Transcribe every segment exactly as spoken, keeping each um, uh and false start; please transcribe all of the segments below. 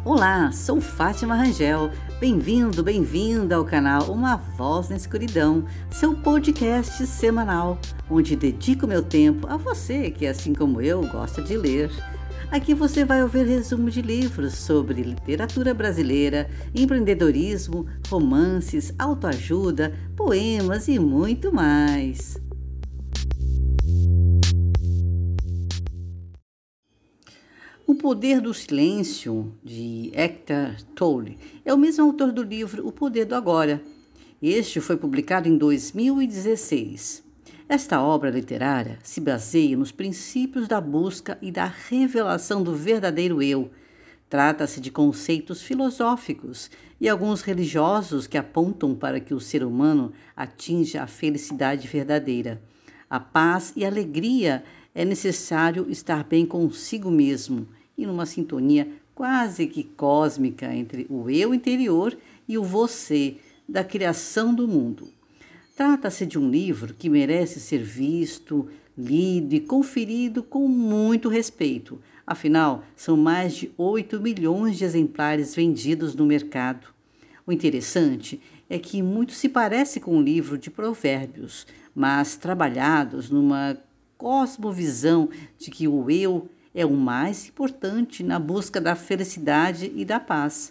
Olá, sou Fátima Rangel. Bem-vindo, bem-vinda ao canal Uma Voz na Escuridão, seu podcast semanal, onde dedico meu tempo a você que, assim como eu, gosta de ler. Aqui você vai ouvir resumo de livros sobre literatura brasileira, empreendedorismo, romances, autoajuda, poemas e muito mais. O Poder do Silêncio, de Eckhart Tolle, é o mesmo autor do livro O Poder do Agora. Este foi publicado em dois mil e dezesseis. Esta obra literária se baseia nos princípios da busca e da revelação do verdadeiro eu. Trata-se de conceitos filosóficos e alguns religiosos que apontam para que o ser humano atinja a felicidade verdadeira. A paz e a alegria é necessário estar bem consigo mesmo e numa sintonia quase que cósmica entre o eu interior e o você da criação do mundo. Trata-se de um livro que merece ser visto, lido e conferido com muito respeito. Afinal, são mais de oito milhões de exemplares vendidos no mercado. O interessante é que muito se parece com um livro de provérbios, mas trabalhados numa cosmovisão de que o eu é o mais importante na busca da felicidade e da paz.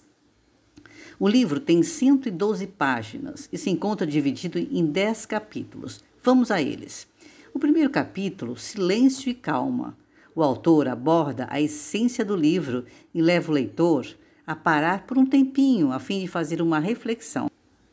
O livro tem cento e doze páginas e se encontra dividido em dez capítulos. Vamos a eles. O primeiro capítulo, Silêncio e Calma. O autor aborda a essência do livro e leva o leitor a parar por um tempinho a fim de fazer uma reflexão.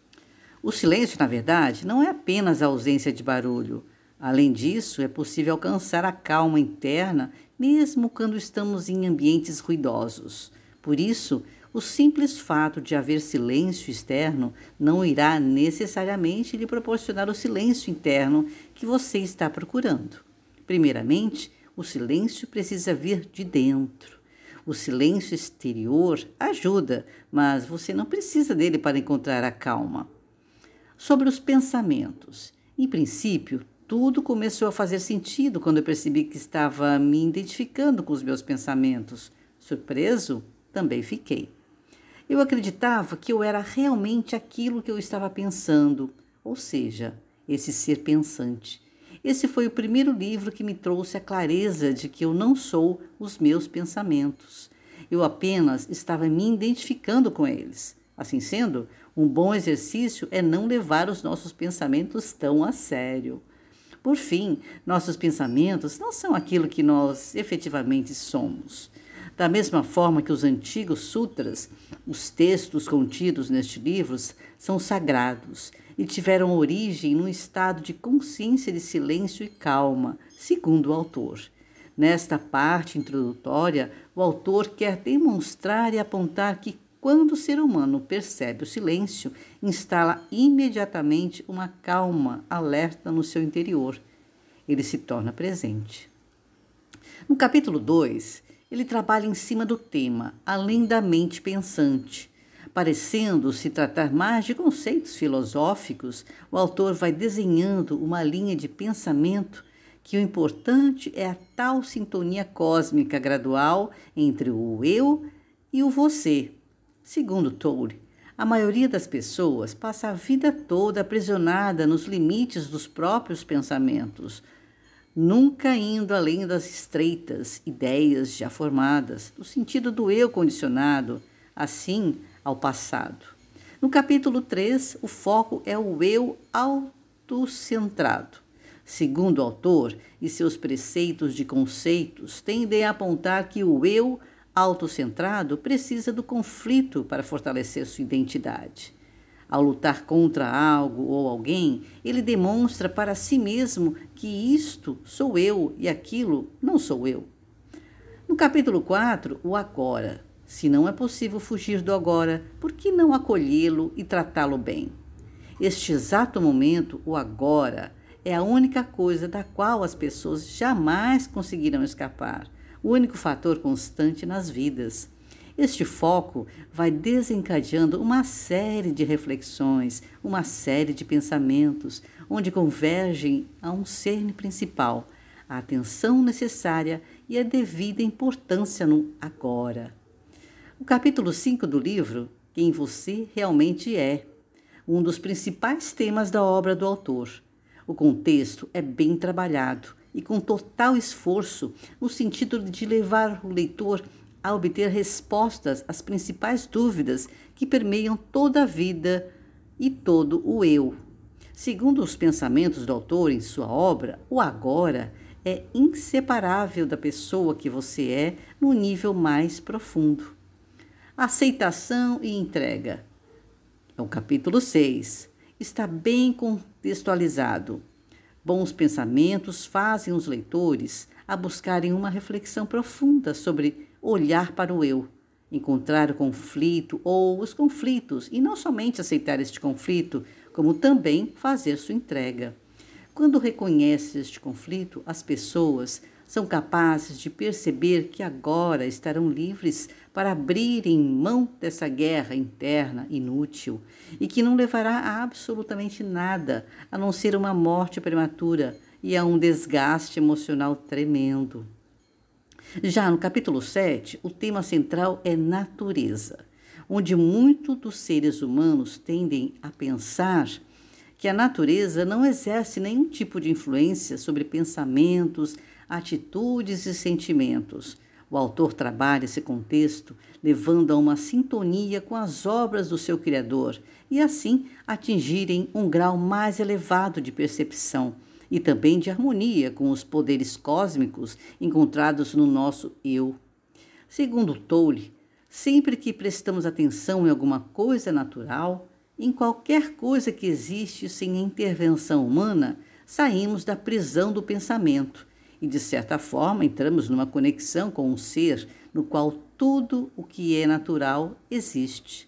O silêncio, na verdade, não é apenas a ausência de barulho. Além disso, é possível alcançar a calma interna mesmo quando estamos em ambientes ruidosos. Por isso, o simples fato de haver silêncio externo não irá necessariamente lhe proporcionar o silêncio interno que você está procurando. Primeiramente, o silêncio precisa vir de dentro. O silêncio exterior ajuda, mas você não precisa dele para encontrar a calma. Sobre os pensamentos. Em princípio, tudo começou a fazer sentido quando eu percebi que estava me identificando com os meus pensamentos. Surpreso, também fiquei. Eu acreditava que eu era realmente aquilo que eu estava pensando, ou seja, esse ser pensante. Esse foi o primeiro livro que me trouxe a clareza de que eu não sou os meus pensamentos. Eu apenas estava me identificando com eles. Assim sendo, um bom exercício é não levar os nossos pensamentos tão a sério. Por fim, nossos pensamentos não são aquilo que nós efetivamente somos. Da mesma forma que os antigos sutras, os textos contidos neste livro são sagrados e tiveram origem num estado de consciência de silêncio e calma, segundo o autor. Nesta parte introdutória, o autor quer demonstrar e apontar que quando o ser humano percebe o silêncio, instala imediatamente uma calma alerta no seu interior. Ele se torna presente. No capítulo dois, ele trabalha em cima do tema, além da mente pensante. Parecendo se tratar mais de conceitos filosóficos, o autor vai desenhando uma linha de pensamento que o importante é a tal sintonia cósmica gradual entre o eu e o você. Segundo Tolle, a maioria das pessoas passa a vida toda aprisionada nos limites dos próprios pensamentos, nunca indo além das estreitas ideias já formadas, no sentido do eu condicionado, assim ao passado. No capítulo três, o foco é o eu autocentrado. Segundo o autor, e seus preceitos de conceitos tendem a apontar que o eu autocentrado precisa do conflito para fortalecer sua identidade. Ao lutar contra algo ou alguém, ele demonstra para si mesmo que isto sou eu e aquilo não sou eu. No capítulo quatro, o agora. Se não é possível fugir do agora, por que não acolhê-lo e tratá-lo bem? Este exato momento, o agora, é a única coisa da qual as pessoas jamais conseguirão escapar. O único fator constante nas vidas. Este foco vai desencadeando uma série de reflexões, uma série de pensamentos, onde convergem a um cerne principal, a atenção necessária e a devida importância no agora. O capítulo cinco do livro, Quem Você Realmente É, um dos principais temas da obra do autor. O contexto é bem trabalhado e com total esforço no sentido de levar o leitor a obter respostas às principais dúvidas que permeiam toda a vida e todo o eu. Segundo os pensamentos do autor em sua obra, o agora é inseparável da pessoa que você é no nível mais profundo. Aceitação e entrega. É o capítulo seis. Está bem contextualizado. Bons pensamentos fazem os leitores a buscarem uma reflexão profunda sobre olhar para o eu, encontrar o conflito ou os conflitos e não somente aceitar este conflito, como também fazer sua entrega. Quando reconhece este conflito, as pessoas são capazes de perceber que agora estarão livres para abrirem mão dessa guerra interna inútil e que não levará a absolutamente nada a não ser uma morte prematura e a um desgaste emocional tremendo. Já no capítulo sete, o tema central é natureza, onde muitos dos seres humanos tendem a pensar que a natureza não exerce nenhum tipo de influência sobre pensamentos, atitudes e sentimentos. O autor trabalha esse contexto levando a uma sintonia com as obras do seu Criador e assim atingirem um grau mais elevado de percepção e também de harmonia com os poderes cósmicos encontrados no nosso eu. Segundo Tolle, sempre que prestamos atenção em alguma coisa natural, em qualquer coisa que existe sem a intervenção humana, saímos da prisão do pensamento e, de certa forma, entramos numa conexão com um ser no qual tudo o que é natural existe.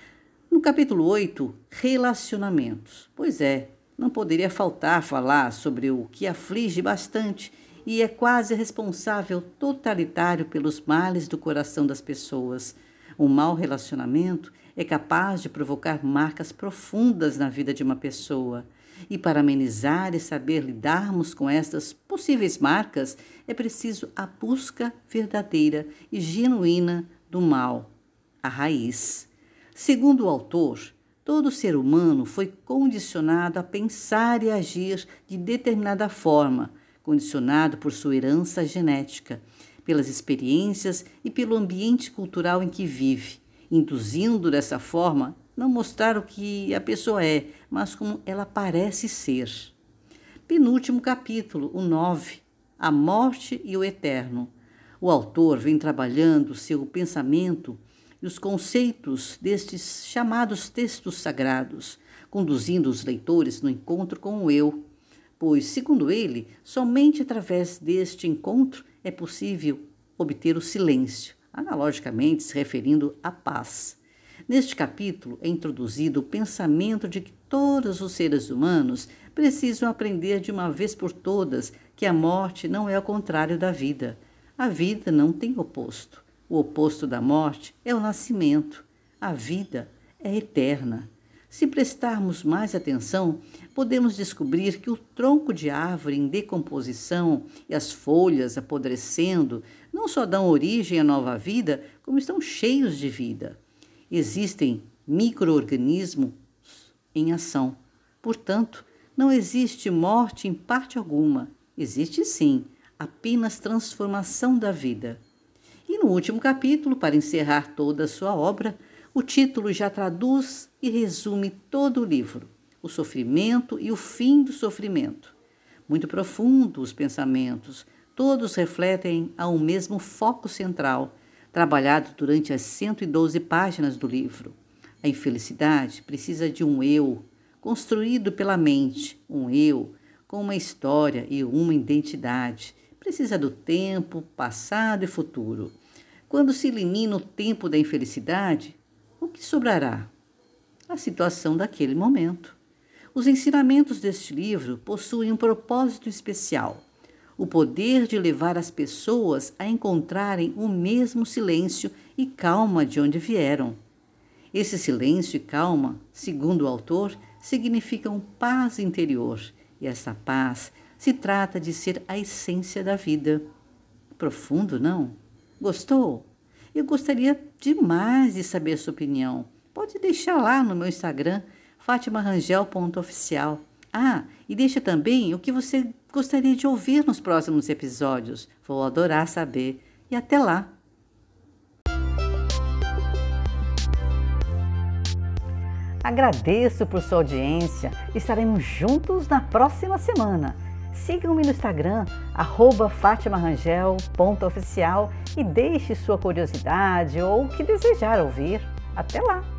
No capítulo oito, relacionamentos. Pois é, não poderia faltar falar sobre o que aflige bastante e é quase responsável totalitário pelos males do coração das pessoas. Um mau relacionamento é capaz de provocar marcas profundas na vida de uma pessoa. E para amenizar e saber lidarmos com estas possíveis marcas, é preciso a busca verdadeira e genuína do mal, a raiz. Segundo o autor, todo ser humano foi condicionado a pensar e agir de determinada forma, condicionado por sua herança genética, pelas experiências e pelo ambiente cultural em que vive, induzindo dessa forma não mostrar o que a pessoa é, mas como ela parece ser. Penúltimo capítulo, o nove, a morte e o eterno. O autor vem trabalhando seu pensamento e os conceitos destes chamados textos sagrados, conduzindo os leitores no encontro com o eu, pois, segundo ele, somente através deste encontro é possível obter o silêncio, analogicamente se referindo à paz. Neste capítulo é introduzido o pensamento de que todos os seres humanos precisam aprender de uma vez por todas que a morte não é o contrário da vida. A vida não tem oposto. O oposto da morte é o nascimento. A vida é eterna. Se prestarmos mais atenção, podemos descobrir que o tronco de árvore em decomposição e as folhas apodrecendo não só dão origem à nova vida, como estão cheios de vida. Existem micro-organismos em ação. Portanto, não existe morte em parte alguma. Existe sim, apenas transformação da vida. E no último capítulo, para encerrar toda a sua obra, o título já traduz e resume todo o livro, o sofrimento e o fim do sofrimento. Muito profundo os pensamentos, todos refletem a um mesmo foco central, trabalhado durante as cento e doze páginas do livro. A infelicidade precisa de um eu, construído pela mente, um eu com uma história e uma identidade. Precisa do tempo, passado e futuro. Quando se elimina o tempo da infelicidade, o que sobrará? A situação daquele momento. Os ensinamentos deste livro possuem um propósito especial: o poder de levar as pessoas a encontrarem o mesmo silêncio e calma de onde vieram. Esse silêncio e calma, segundo o autor, significam paz interior, e essa paz se trata de ser a essência da vida. Profundo, não? Gostou? Eu gostaria demais de saber a sua opinião. Pode deixar lá no meu Instagram, fatima rangel ponto oficial. Ah, e deixa também o que você gostaria de ouvir nos próximos episódios. Vou adorar saber. E até lá! Agradeço por sua audiência. Estaremos juntos na próxima semana. Sigam-me no Instagram, arroba fatima rangel ponto oficial e deixe sua curiosidade ou o que desejar ouvir. Até lá!